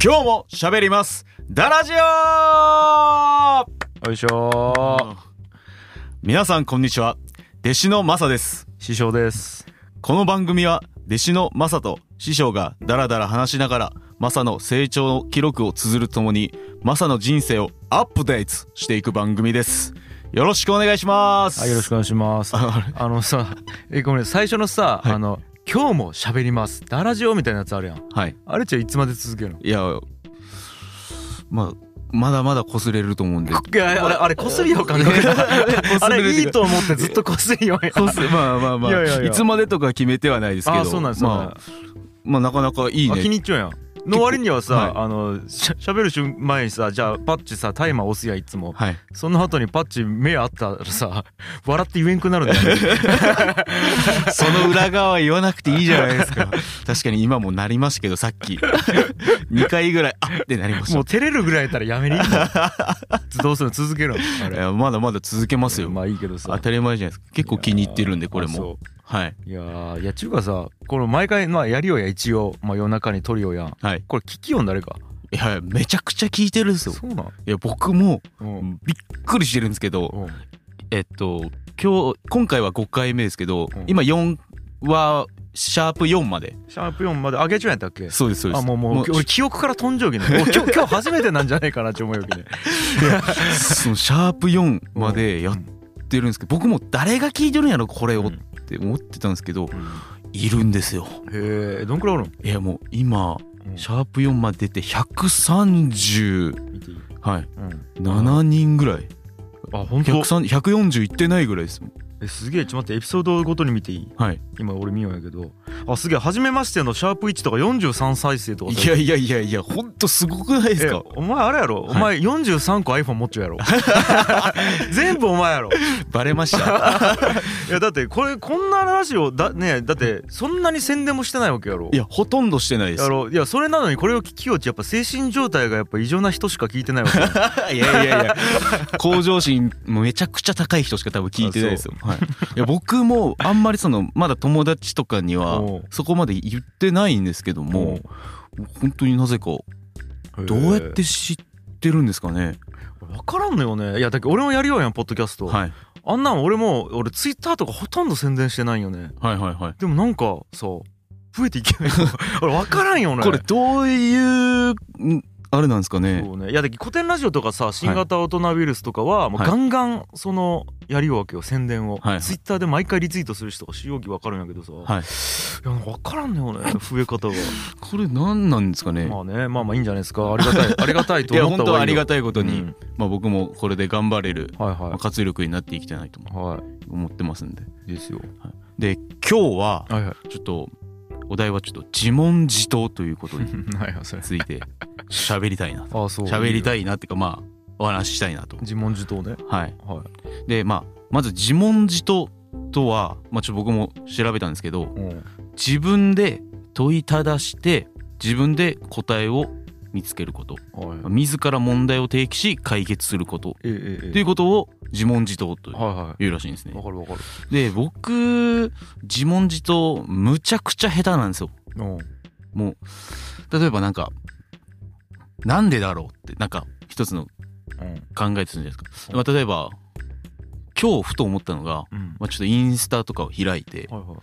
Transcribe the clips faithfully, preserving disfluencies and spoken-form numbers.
今日も喋りますダラジオ。 よいしょ。 皆さんこんにちは。弟子のマサです。 師匠です。 この番組は弟子のマサと師匠がダラダラ話しながらマサの成長の記録を綴るともにマサの人生をアップデートしていく番組です。よろしくお願いします。 はい、よろしくお願いします。あ, あのさえごめん、最初のさ、はい、あの今日も喋りますダラジオみたいなやつあるやん。 はい。 あれじゃいつまで続けるの？ いや、まあまだまだ擦れると思うんで。いやあれあれ擦りようかね。あれいいと思ってずっと擦りようや。 まあまあまあい, やいやい, やいつまでとか決めてはないですけど。 あ、そうなんです。 まあまあなかなかいいね。 気に入っちゃうやん。の割にはさ、はい、あのしゃ喋る瞬前にさ、じゃあパッチさタイマー押すやいつも、はい、その後にパッチ目あったらさ笑って言えんくなるんだよね。 その裏側言わなくていいじゃないですか。確かに今もなりましたけど、さっきにかいぐらいあってなりました。 もう照れるぐらいやったらやめにいいんだ。どうするの？続けるの？あれいやまだまだ続けますよ。 まあいいけどさ、 当たり前じゃないですか。結構気に入ってるんでこれも。はい。 いやー、いやちゅうかさ、この毎回まあやりようや一応、まあ、夜中に撮りようやん。はい。これ聞きよん誰か。 いやめちゃくちゃ聞いてるんですよ。 そうなん。いや僕もびっくりしてるんですけど、えっと今日今回はごかいめですけど、うん、今よんはシャープよんまで。 シャープよんまで上げちゃうんやったっけ？ そうですそうです。 あもうもう、もう俺記憶から飛んじゃうけど、今日今日初めてなんじゃないかなって思うよけね。 そのシャープよんまでやってるんですけど、僕も誰が聞いてるんやろこれを。うんって思ってたんですけど、うん、いるんですよ。 へえ、どんくらいあるの？ いやもう今、うん、シャープよんまで出てひゃくさんじゅう、はい、うん、ななにんぐらい。 あ、本当？ ひゃくよんじゅういってないぐらいですもん。 え、すげえ。ちょっと待って、エピソードごとに見ていい？はい。今俺見ようやけど、あ、すげえ。初めましてのシャープいちとかよんじゅうさん再生とか。 いやいやいやいや、ほんとすごくないですか？ お前あれやろ、はい、お前よんじゅうさんこ iPhone 持っちゃうやろ。全部お前やろ。 バレました。 いやだってこれこんな話をだね、だってそんなに宣伝もしてないわけやろ。 いやほとんどしてないです。 やろ。いやそれなのにこれを聞きようってやっぱ精神状態がやっぱ異常な人しか聞いてないわけ。 いやいやいや、向上心めちゃくちゃ高い人しか多分聞いてないですよ。はい。いや僕もあんまりそのまだ友達とかにはそこまで言ってないんですけども、本当になぜかどうやって知ってるんですかね。 分からんのよね。いやだけど俺もやるよやんポッドキャスト。はい。あんなん俺も俺ツイッターとかほとんど宣伝してないよね。 はいはいはい。 でもなんかさ増えていけない。俺分からんよね。 これどういうあれなんですかね。 そうね。いやだけど古典ラジオとかさ、新型大人ウイルスとかはもうガンガンそのやりようわけよ、宣伝を。はい、ツイッターで毎回リツイートする人が使用機分かるんやけどさ。はい。いや分からんのよね、増え方が。 これ何なんですかね。 まあね、まあまあいいんじゃないですか。ありがたいありがたいと思った方がいいよ。いや本当はありがたいことに、うん、まあ僕もこれで頑張れる、はいはい、まあ、活力になっていきたいなと思ってますんで。 ですよ。 はい、で今日はちょっとお題はちょっと自問自答ということについて喋りたいなと。喋りたいなっていうか、まあお話ししたいなと。 自問自答ね。 はい。はい、でまあまず自問自答とは、まあちょっと僕も調べたんですけど、うん、自分で問いただして自分で答えを見つけること、はい、自ら問題を提起し解決すること、ええええ、ということを自問自答というらしいんですね。 わかるわかる。 で僕自問自答むちゃくちゃ下手なんですよ。もう例えばなんかなんでだろうってなんか一つの考えてするんじゃないですか。うん、まあ、例えば今日ふと思ったのが、うん、まあ、ちょっとインスタとかを開いて、はいはい、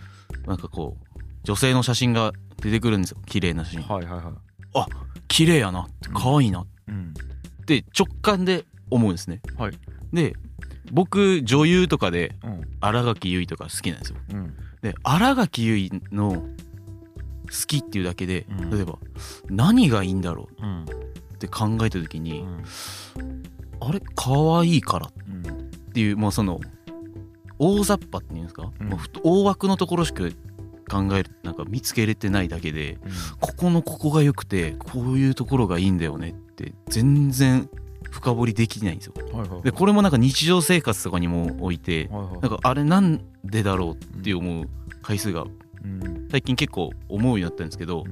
なんかこう女性の写真が出てくるんですよ。綺麗な写真。はいはいはい、あ、綺麗やな、可愛いな、うん、って直感で思うんですね。はい、で僕女優とかで新垣結衣とか好きなんですよ。うん、で新垣結衣の好きっていうだけで、うん、例えば何がいいんだろうって考えた時に、うん、あれ可愛いからっていう、もうその大雑把っていうんですか、うん、もう大枠のところしか考えるなんか見つけれてないだけで、うん、ここのここが良くてこういうところがいいんだよねって全然深掘りできないんですよ。はいはいはい、でこれもなんか日常生活とかにもおいて、はいはい、なんかあれなんでだろうって思う回数が最近結構思うようになったんですけど、うん、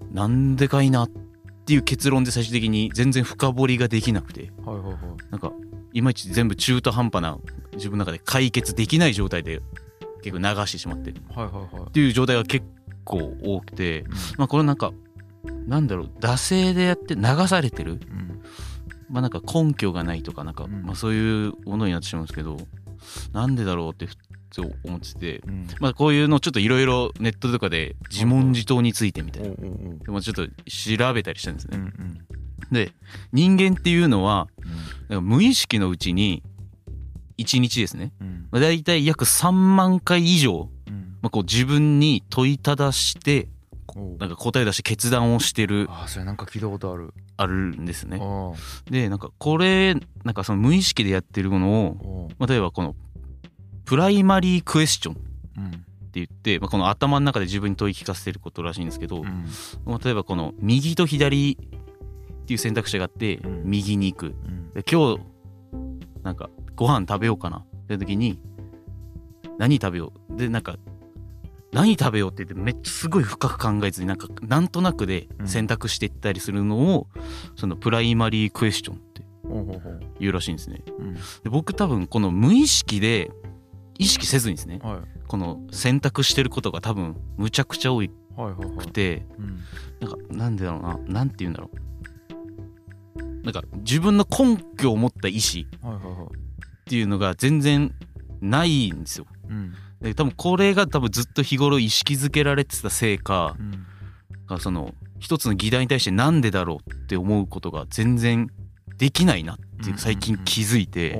なんでかいなっていう結論で最終的に全然深掘りができなくて、はいはいはい、なんかいまいち全部中途半端な自分の中で解決できない状態で結構流してしまってる、はいはいはい、っていう状態が結構多くて、うん、まあこれなんかなんだろう惰性でやって流されてる、うん、まあなんか根拠がないとかなんか、うん、まあそういうものになってしまうんですけど、なんでだろうってふと思ってて、うん、まあこういうのちょっといろいろネットとかで自問自答についてみたいな、うんうん、でもちょっと調べたりしたんですね、うんうん、で人間っていうのは、うん、無意識のうちにいちにちですね、うんまあ、だいたい約さんまんかい以上、うんまあ、こう自分に問いただしてなんか答え出して決断をしてる。 ああそれなんか聞いたことあるあるんですね。でなんかこれなんかその無意識でやってるものを、まあ、例えばこのプライマリークエスチョンって言って、うんまあ、この頭の中で自分に問い聞かせてることらしいんですけど、うんまあ、例えばこの右と左っていう選択肢があって、うん、右に行く、うん、で今日なんかご飯食べようかなって時に何食べようでなんか何食べようって言ってめっちゃすごい深く考えずになんかなんとなくで選択していったりするのを、うん、そのプライマリークエスチョンって言うらしいんですね、うん、で僕多分この無意識で意識せずにですね、はい、この選択してることが多分むちゃくちゃ多くて、はいはいはいうん、なんかなんでだろうななんて言うんだろうなんか自分の根拠を持った意思っていうのが全然ないんですよ、うんで多分これが多分ずっと日頃意識づけられてたせいか、うん、その一つの議題に対してなんでだろうって思うことが全然できないなって最近気づいて、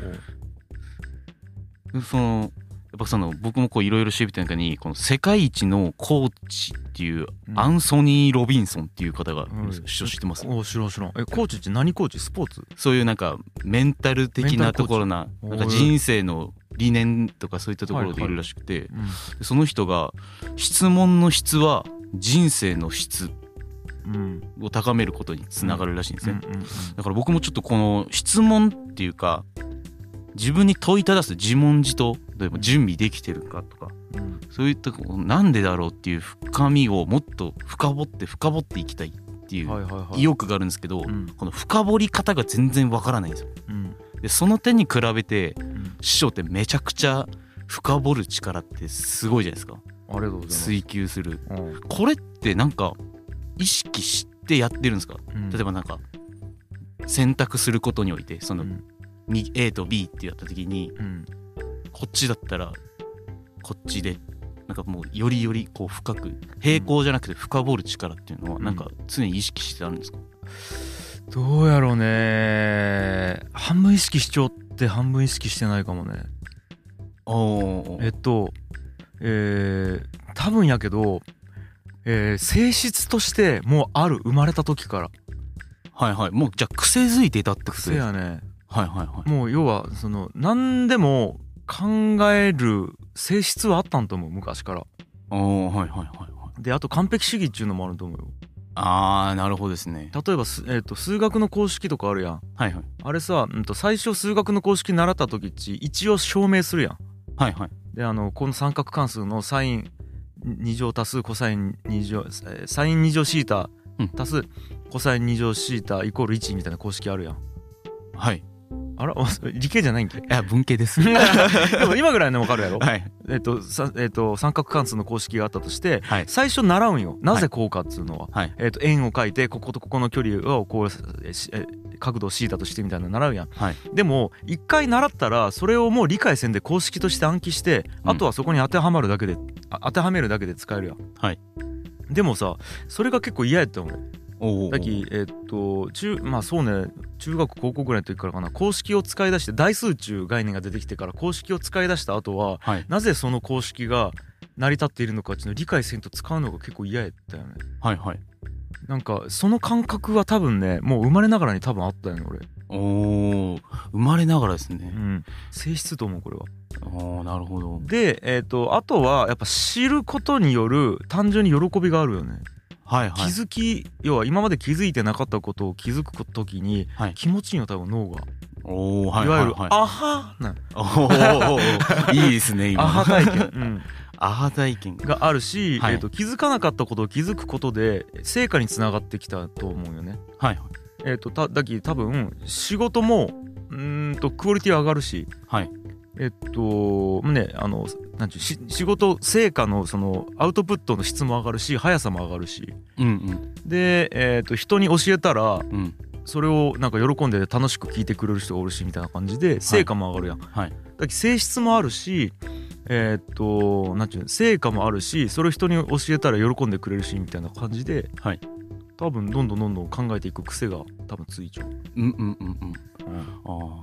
そのやっぱその僕もこういろいろ調べた中にこの世界一のコーチっていうアンソニー・ロビンソンっていう方が知ってます？ お知らん知らん。えコーチって何コーチ？スポーツ？ そういうなんかメンタル的なところななんか人生の理念とかそういったところでいるらしくて、はいはいうん、その人が質問の質は人生の質を高めることにつながるらしいんですね、うんうんうんうん、だから僕もちょっとこの質問っていうか自分に問いただす自問自答例えば準備できてるかとか、うん、そういったなんでだろうっていう深みをもっと深掘って深掘っていきたいっていう意欲があるんですけど、はいはいはい、この深掘り方が全然わからないんですよ、うんでその点に比べて、うん、師匠ってめちゃくちゃ深掘る力ってすごいじゃないですか。 ありがとうございます。 追求する、うん、これってなんか意識してやってるんですか、うん、例えばなんか選択することにおいてその、うん、A と B ってやった時に、うん、こっちだったらこっちでなんかもうよりよりこう深く平行じゃなくて深掘る力っていうのはなんか常に意識してあるんですか、うんどうやろうね半分意識しちゃって半分意識してないかもねおえっとえー、多分やけど、えー、性質としてもうある生まれた時からはいはいもうじゃあ癖づいていたってことです癖やねはいはいはいもう要はその何でも考える性質はあったんと思う昔からおはいはいはいはいであと完璧主義っていうのもあると思うよあーなるほどですね例えば、えー、と数学の公式とかあるやん、 はいはい、 あれさ、うん、と最初数学の公式習った時っち一応証明するやんはいはいであのこの三角関数のサインに乗足すコサインに乗サインに乗シータ足すコサインに乗シータイコールいちみたいな公式あるやんはいあら理系じゃないんけいや文系ですでも今ぐらいの分かるやろ、 はいえっとさえっと、三角関数の公式があったとして、はい、最初習うんよなぜこうかっつうのは、はいえっと、円を書いてこことここの距離をこう角度をシータとしてみたいなの習うやん、はい、でも一回習ったらそれをもう理解せんで公式として暗記して、うん、あとはそこに当てはまるだけで当てはめるだけで使えるやん、はい、でもさそれが結構嫌やったよねだきえー、っと中まあそうね中学高校ぐらいの時からかな公式を使い出して大数中概念が出てきてから公式を使い出した後は、はい、なぜその公式が成り立っているのかっていうのを理解せんと使うのが結構嫌やったよねはいはいなんかその感覚は多分ねもう生まれながらに多分あったよね俺お生まれながらですね、 うん、性質と思うこれはあなるほどでえー、っとあとはやっぱ知ることによる単純に喜びがあるよねはいはい、気づき要は今まで気づいてなかったことを気づくときに、はい、気持ちいいよ多分脳がお、はい、いわゆる、はいはい、アハなおいいですね今アハ体験、うん、 アハ体験があるし、はいえー、と気づかなかったことを気づくことで成果につながってきたと思うよねはいはいえー、とただき多分仕事もうーんとクオリティ上がるしはいえっとねあのなんちゅうし仕事成果のそのアウトプットの質も上がるし速さも上がるし、 うんうん、 で、えー、と人に教えたら、 うん、 それをなんか喜んで楽しく聞いてくれる人がおるしみたいな感じで成果も上がるやん、 はいはい、 だ性質もあるし、えー、っとなんちゅう成果もあるし、それを人に教えたら喜んでくれるしみたいな感じで、 はい、 多分どんどんどんどん考えていく癖が多分ついちゃう。 うんうんうんうん、うん、あ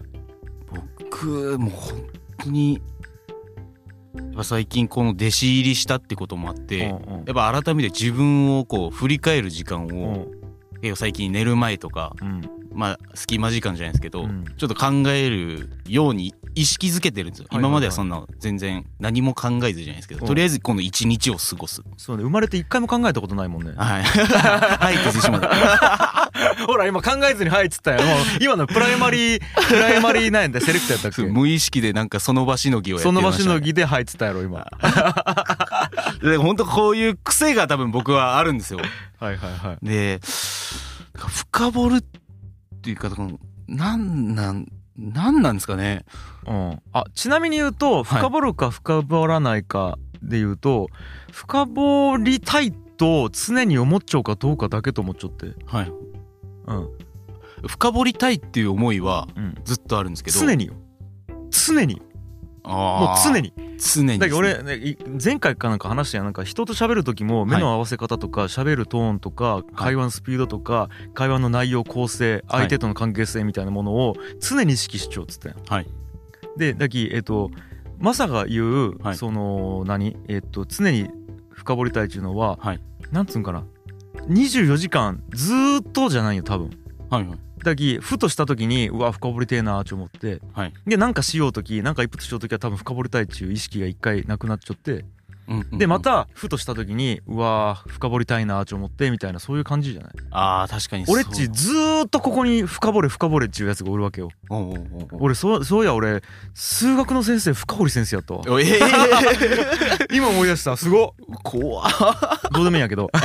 僕もう本当にやっぱ最近この弟子入りしたってこともあって、うんうん、やっぱ改めて自分をこう振り返る時間を、うん、最近寝る前とか、うん、まあ隙間時間じゃないですけど、うん、ちょっと考えるように意識づけてるんですよ、はいはいはい、今まではそんな全然何も考えずじゃないですけど、とりあえずこの一日を過ごす。 そうね、生まれて一回も考えたことないもんね。 はいはいってしまったほら今考えずにはいっつったよ。もう今のプライマリープライマリーなんだセレクトやったっけ。 無意識でなんかその場しのぎをやってました、ね、 その場しのぎではいっつったやろ今で本当こういう癖が多分僕はあるんですよ。 はいはいはい。 で深掘るっていうかなんなんなんなんですかね、 うん、あちなみに言うと深掘るか深掘らないかで言うと、はい、深掘りたいと常に思っちゃうかどうかだけと思っちゃって、 はい、 うん、 深掘りたいっていう思いはずっとあるんですけど、 うん、常によ常にもう常に常に、ね、 だけど俺、ね、前回かなんか話したやん、なんか人と喋る時も目の合わせ方とか喋るトーンとか会話のスピードとか会話の内容構成相手との関係性みたいなものを常に意識しちゃうっつったやん、 はい、 でだきえっとマサが言う、はい、その何えっと常に深掘りたいっていうのは、はい、なんつうんかなにじゅうよじかんずーっとじゃないよ多分、はいはい、だきふとした時にうわ深掘りてえなーって思って、はい、でなんかしよう時なんかインプットしよう時は多分深掘りたいっていう意識が一回なくなっちゃって、うんうんうん、でまたふとした時にうわ深掘りたいなーって思ってみたいな、そういう感じじゃない。 あー確かに俺っちずーっとここに深掘れ深掘れっていうやつがおるわけよ。おうおうおう俺そそういや俺数学の先生深掘り先生やったわ。えー、今思い出した。すごっ怖っどうでもいいんやけど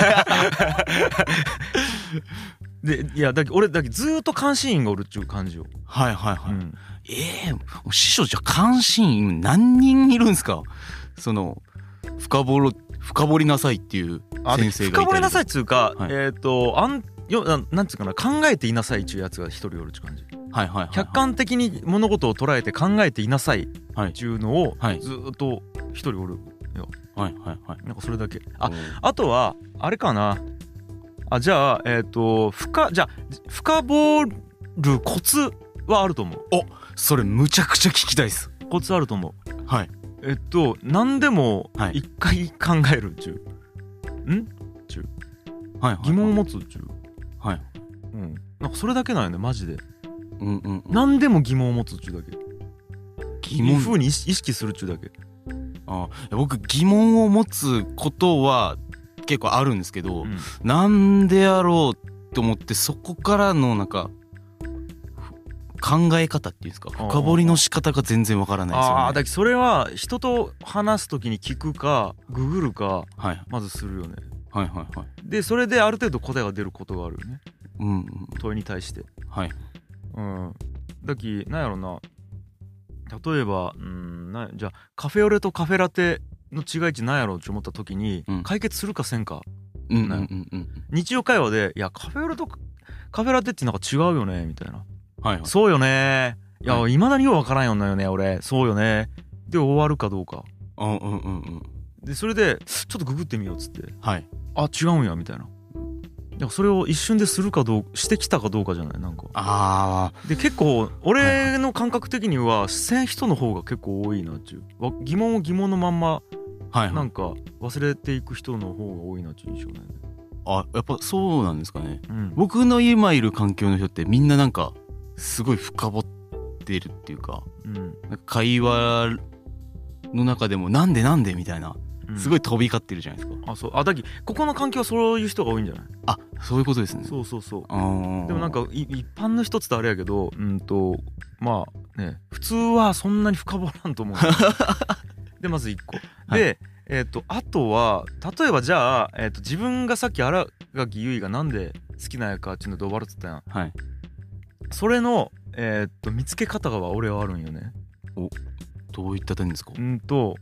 でいやだけ俺だけずーっと監視員がおるっちゅう感じよ。 はいはいはい、うん、ええー、師匠じゃ監視員何人いるんすか。その深掘ろ深掘りなさいっていう先生がいたり。 深掘りなさいっつうか、はい、えっ、ー、とあんよななんつうかな考えていなさいっちゅうやつが一人おるっちゅう感じ。はいはいはいはい、客観的に物事を捉えて考えていなさいっちゅうのをずーっと一人おるよ。はいはいはい。なんかそれだけ。ああとはあれかな。あじゃあえっ、ー、と深じゃあ深掘るコツはあると思う。 おそれむちゃくちゃ聞きたいです。 コツあると思う。 はい。 えっと何でも一回考えるっちゅう、はい、んちゅう、はいはいはい、疑問を持つっちゅう、はい、うん、なんかそれだけなんよねマジで、うんうんうん、何でも疑問を持つっちゅうだけ。疑問風に意識するっちゅうだけ。 あ僕疑問を持つことは結構あるんですけど、うん、なんでやろうと思ってそこからのなんか考え方っていうんですか、深掘りの仕方が全然わからないですよね。 ああだけどそれは人と話すときに聞くかググるかまずするよね、はい、はいはいはい。でそれである程度答えが出ることがあるよね、うんうん、問いに対して。はい、うん、だきなんやろな、例えばうんなじゃあカフェオレとカフェラテの違いって何やろうって思った時に、うん、解決するかせんか、うんうんうんうん、日常会話でいやカフェオレとカフェラテってなんか違うよねみたいな、はいはい、そうよねいや、はい、未だにようわからんようなよね俺そうよねで終わるかどうか、うんうんうんうん、でそれでちょっとググってみようっつって、はい、あ違うんやみたいな。それを一瞬でするかどうしてきたかどうかじゃないなんか。あで結構俺の感覚的にはせん人の方が結構多いなっちゅう、疑問を疑問のまんまなんか忘れていく人の方が多いなっちゅう印象ね。 あやっぱそうなんですかね、うん、僕の今いる環境の人ってみんななんかすごい深掘ってるっていうか、うん、なんか会話の中でもなんでなんでみたいなすごい飛び交ってるじゃないですか、うん、あそうあだきここの環境はそういう人が多いんじゃない。 あそういうことですね。 そうそうそう。あでもなんか一般の人ってあれやけどうんとまあね普通はそんなに深掘らんと思うでまずいっこ、はい、でえっ、ー、とあとは例えばじゃあ、えー、と自分がさっき新垣結衣がなんで好きなんやかっていうので終わるっつったやん、はい、それの、えー、と見つけ方が俺はあるんよね。 おどういった点ですか。 うんと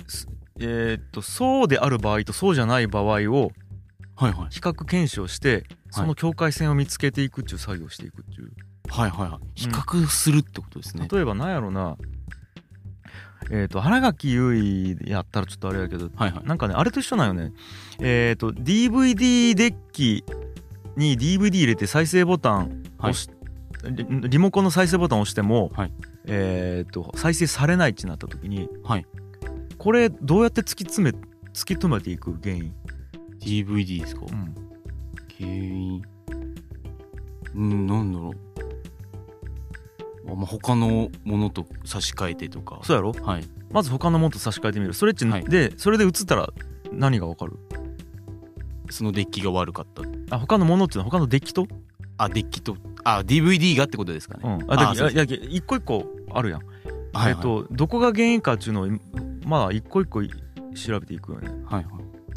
えー、っとそうである場合とそうじゃない場合を比較検証して、その境界線を見つけていくっていう作業をしていくっていう。 はいはいはい。比較するってことですね。 例えばなんやろな、えー、と新垣結衣やったらちょっとあれやけど、はいはい、なんかねあれと一緒なんよね。えー、と ディーブイディー デッキに ディーブイディー 入れて再生ボタン押し、はい、リ, リモコンの再生ボタン押しても、はい、えー、と再生されないってなった時に、はい、これどうやって突き詰め突き詰めていく原因？ ディーブイディー ですか？うん、原因うんなんだろう。まあ、他のものと差し替えてとか。 そうやろ、はい、まず他のものと差し替えてみる。それっち、はい、でそれで映ったら何が分かる？ そのデッキが悪かった。 あ、他のものっていうのは他のデッキと？ あ、デッキとあ ディーブイディー がってことですかね。 うん、ああいや一個一個あるやん、はいはい、えっとどこが原因かっていうのをまあ一個一個調べていくよね。はいはい。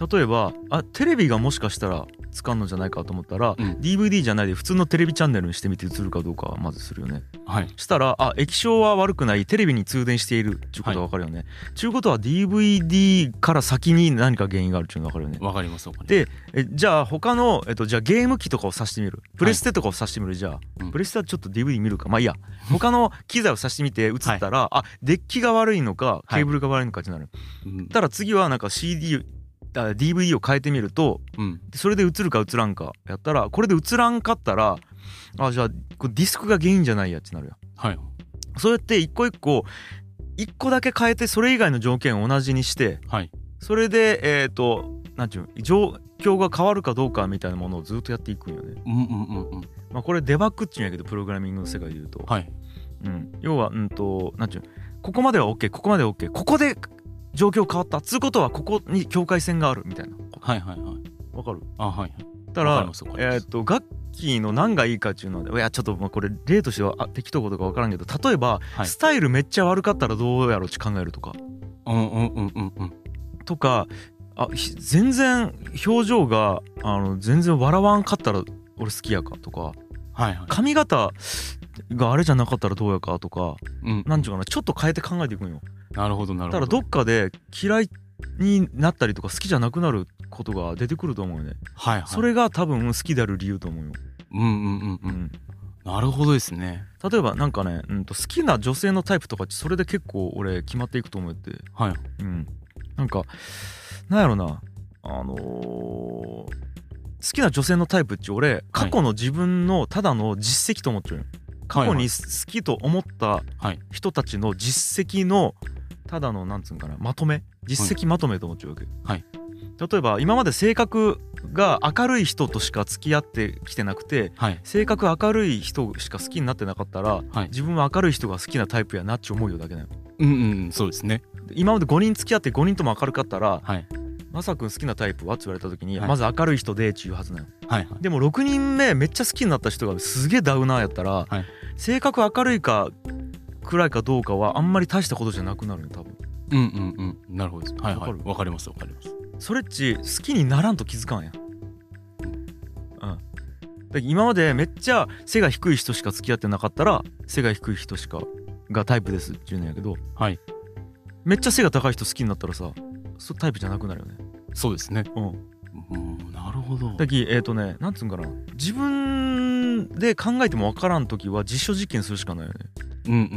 例えばあテレビがもしかしたらつかんのじゃないかと思ったら、うん、ディーブイディー じゃないで普通のテレビチャンネルにしてみて映るかどうかはまずするよね。はい。したらあ液晶は悪くないテレビに通電しているっていうことが分かるよね。ちゅうことは ディーブイディー から先に何か原因があるっていうのが分かるよね。 分かります。 でえじゃあ他の、えっと、じゃあゲーム機とかを挿してみる。プレステとかを挿してみる。じゃあ、うん、プレステはちょっと ディーブイディー 見るか。まあいいや。他の機材を挿してみて映ったら、はい、あデッキが悪いのかケーブルが悪いのかってなる。はい、たら次はなんか シーディーディーブイディー を変えてみると、うん、それで映るか映らんかやったらこれで映らんかったらあじゃあディスクが原因じゃないやってなるよ。はい。そうやって一個一個一個だけ変えてそれ以外の条件を同じにして、はい、それでえっ、ー、となんていうの状況が変わるかどうかみたいなものをずっとやっていくんよね。うんうんうんうん。まあこれデバッグっていうんやけどプログラミングの世界で言うと、はい。うん、要はうんとなんていうのここまでは OK ここまでは OK ここで状況変わったつうことはここに境界線があるみたいな。はいはいはい。わかる？あはいはい。だからえっと楽器の何がいいかっていうのでいやちょっとまあこれ例としてはあ適当ことか分からんけど例えば、はい、スタイルめっちゃ悪かったらどうやろうって考えるとか。うんうんうんうんうん。とかあ全然表情があの全然笑わんかったら俺好きやかとか。はいはい。髪型があれじゃなかったらどうやかとか、うん、なんちゅうかなちょっと変えて考えていくんよ。なるほどなるほど。ただどっかで嫌いになったりとか好きじゃなくなることが出てくると思うよね。はい、はい、それが多分好きである理由と思うよ。うんうんうんうん、うん、なるほどですね。例えばなんかね、うん、と好きな女性のタイプとかってそれで結構俺決まっていくと思って。はい。うん。なんかなんやろなあのー、好きな女性のタイプって俺過去の自分のただの実績と思ってるよ。過去に好きと思った人たちの実績のただのなんつうんかなまとめ実績まとめと思っちゃうわけ、はい、例えば今まで性格が明るい人としか付き合ってきてなくて、はい、性格明るい人しか好きになってなかったら、はい、自分は明るい人が好きなタイプやなって思うよだけだよ。うんうんそうですね。今までごにん付き合ってごにんとも明るかったら、はい、まさくん好きなタイプはって言われた時に、はい、まず明るい人でって言うはずなの、はいはい、でもろくにんめめっちゃ好きになった人がすげえダウナーやったら、はい、性格明るいか暗いかどうかはあんまり大したことじゃなくなるよ多分。うんうんうんなるほどです。はいはいわかりますわかります。それっち好きにならんと気づかんやん。うん。だ今までめっちゃ背が低い人しか付き合ってなかったら背が低い人しかがタイプですって言うんやけど、はい。めっちゃ背が高い人好きになったらさそうタイプじゃなくなるよね。そうですね。うん。うん、なるほど。だきえっ、ー、とねなんつうんかな自分で考えても分からん時は実証実験するしかないよね。うんうんうん。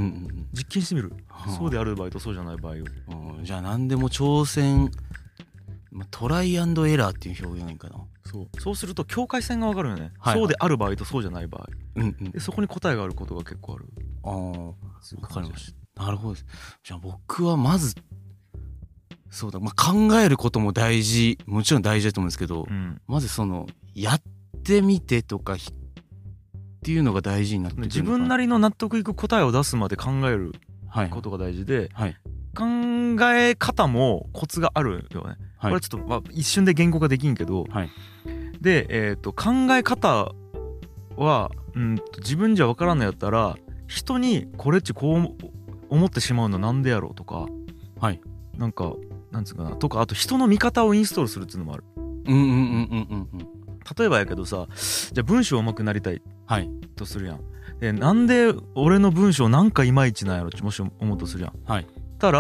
実験してみる、はあ、そうである場合とそうじゃない場合を、うん、じゃあ何でも挑戦、まあ、トライアンドエラーっていう表現かな。そうそうすると境界線が分かるよね、はいはい、そうである場合とそうじゃない場合、うんうん、でそこに答えがあることが結構ある。ああ分かりました。なるほどです。じゃあ僕はまずそうだ、まあ、考えることも大事もちろん大事だと思うんですけど、うん、まずそのやってみてとかっていうのが大事になってくるのかな。自分なりの納得いく答えを出すまで考えることが大事で、はいはい、考え方もコツがあるよね、はい、これちょっと、まあ、一瞬で言語化できんけど、はい、で、えーと、考え方はうんと自分じゃ分からんのやったら人にこれっちこう思ってしまうのなんでやろうとか、はい、なんかなんつうかなとかあと人の見方をインストールするっていうのもある。うんうんうんうんうんうん。例えばやけどさじゃあ文章上手くなりたい、はい、とするやん。でなんで俺の文章なんかいまいちなんやろってもし思うとするやん。はい。たら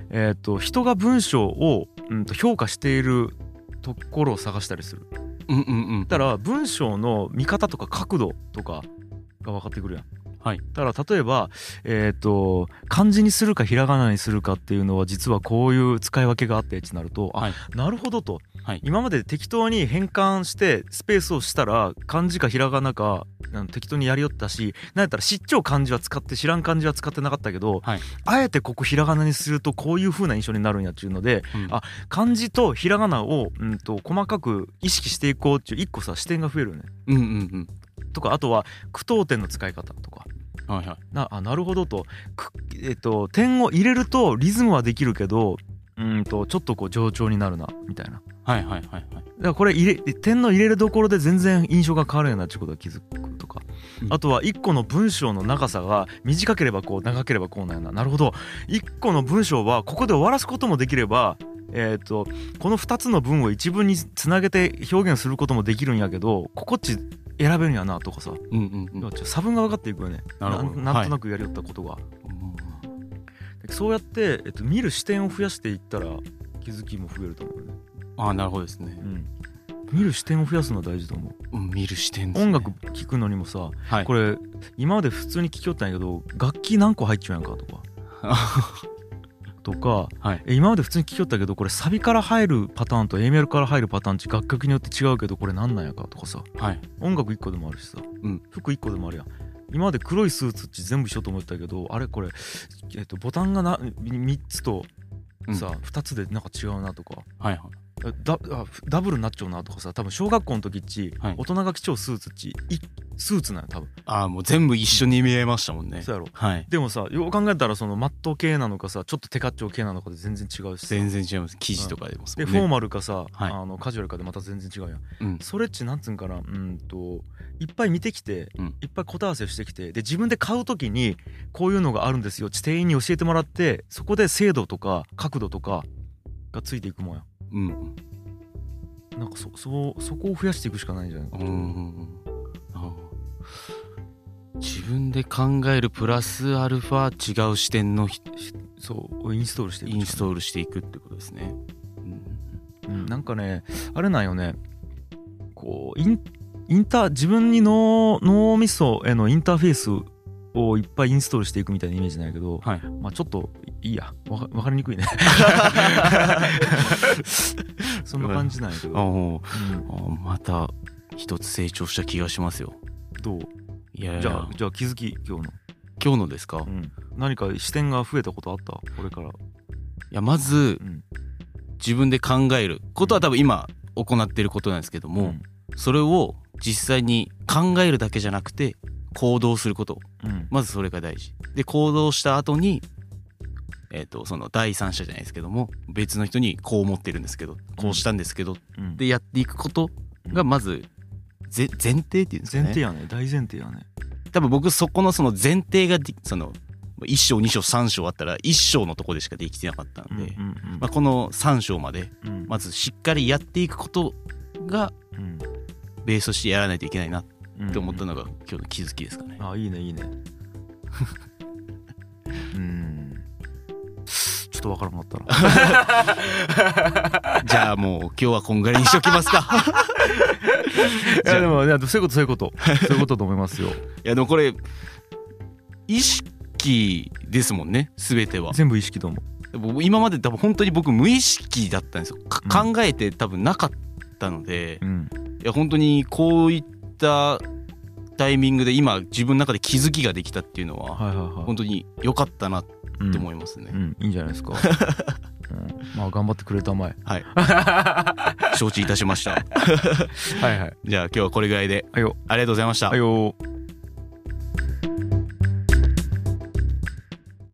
えー、と人が文章を、うん、と評価しているところを探したりする。 うんうんうん。 だから文章の見方とか角度とかが分かってくるやん。 はい、 だから例えば、えー、と漢字にするかひらがなにするかっていうのは実はこういう使い分けがあってってなると、あ、 はい、 なるほどと、 はい、 今まで適当に変換してスペースをしたら漢字かひらがなか適当にやりよったし、なんやったら知っちゃう漢字は使って知らん漢字は使ってなかったけど、 はい、 あえてここひらがなにするとこういう風な印象になるんやっていうので、うん、あ漢字とひらがなを、うん、と細かく意識していこうっていう一個さ視点が増えるよね。 うんうんうん。 とかあとは句読点の使い方とか。 はいはい、 な, あなるほどと、えっと、点を入れるとリズムはできるけどうんとちょっとこう冗長になるなみたいな。 はいはいはいはい。 だからこれ入れ点の入れるところで全然印象が変わるようなっていうことが気づくとか、うん、あとはいっこの文章の長さが短ければこう長ければこうなんやな。なるほど、いっこの文章はここで終わらすこともできればえー、とこのふたつの文を一文につなげて表現することもできるんやけどここっち選べるんやなとかさ、 うんうんうん、 差分が分かっていくよね。 な, なんとなくやりよったことが、はい、そうやって、えっと、見る視点を増やしていったら気づきも増えると思うよね。 ああなるほどですね、 うん、見る視点を増やすのは大事と思う、 うん、見る視点ですね。 音楽聴くのにもさ、 はい、 これ今まで普通に聴きよったんやけど楽器何個入っちゃうやんかとかとか、はい、今まで普通に聴きよったけどこれサビから入るパターンと A メロから入るパターンって楽曲によって違うけどこれ何なんやかとかさ、 はい、 音楽いっこでもあるしさ、うん、服いっこでもあるやん。今まで黒いスーツって全部一緒と思ったけどあれこれ、えっと、ボタンがなみっつとさ、うん、ふたつでなんか違うなとか、 はいはい、 ダ, ダブルになっちゃうなとかさ、多分小学校の時っち、はい、大人が着ちゃうスーツっちスーツなんよ多分。 ああもう全部一緒に見えましたもんね。 そうやろ、 はい、 でもさよう考えたらそのマット系なのかさちょっとテカッチョ系なのかで全然違うし、 全然違います。生地とかでも、 うん、でフォーマルかさ、はい、あのカジュアルかでまた全然違うやん、うん、それっちなんつうんかな、うんといっぱい見てきて、うん、いっぱい答え合わせしてきてで自分で買う時にこういうのがあるんですよ店員に教えてもらってそこで精度とか角度とかがついていくもんや、うん、なんか そ, そ, そこを増やしていくしかないんじゃないかな。うんうんうん、 自分で考えるプラスアルファ違う視点のそうインストールしていくインストールしていくってことですね、 うんうん、なんかねあれなんよねこうインインター自分に脳脳みそへのインターフェースをいっぱいインストールしていくみたいなイメージなんやけど、はい、まあちょっといいやわか分かりにくいねそんな感じなんやけど、 うん、また一つ成長した気がしますよ。 どう？いやいやじゃあじゃあ気づき今日の今日のですか、 うん、何か視点が増えたことあった？これから。いやまず、うん、自分で考えることは多分今行っていることなんですけども、うん、それを実際に考えるだけじゃなくて行動すること、うん、まずそれが大事で、行動した後にえーとその第三者じゃないですけども別の人にこう思ってるんですけどこうしたんですけど、うん、でやっていくことがまずぜ前提っていうんですかね。 前提やね、大前提やね。 多分僕そこのその前提がそのいっ章に章さん章あったらいっ章のとこでしかできてなかったんで、うんうんうんまあ、このさん章までまずしっかりやっていくことがベースとしてやらないといけないなって思ったのが今日の気づきですかね。 あ、いいねいいねうんちょっとわからなかったなじゃあもう今日はこんぐらいにしときますかいやでもいやそういうことそういうことそういうことと思いますよ。 いやでもこれ意識ですもんね、全ては。 全部意識と思う。今まで多分本当に僕無意識だったんですよ、うん、考えて多分なかったので、うん、いや本当にこういったタイミングで今自分の中で気づきができたっていうのは、はいはいはい、本当に良かったなって思いますね、 うんうん、いいんじゃないですか、うん、まあ頑張ってくれたまえ。 はい承知いたしましたはいはい、じゃあ今日はこれぐらいで、はいよ、ありがとうございました。 はいよ。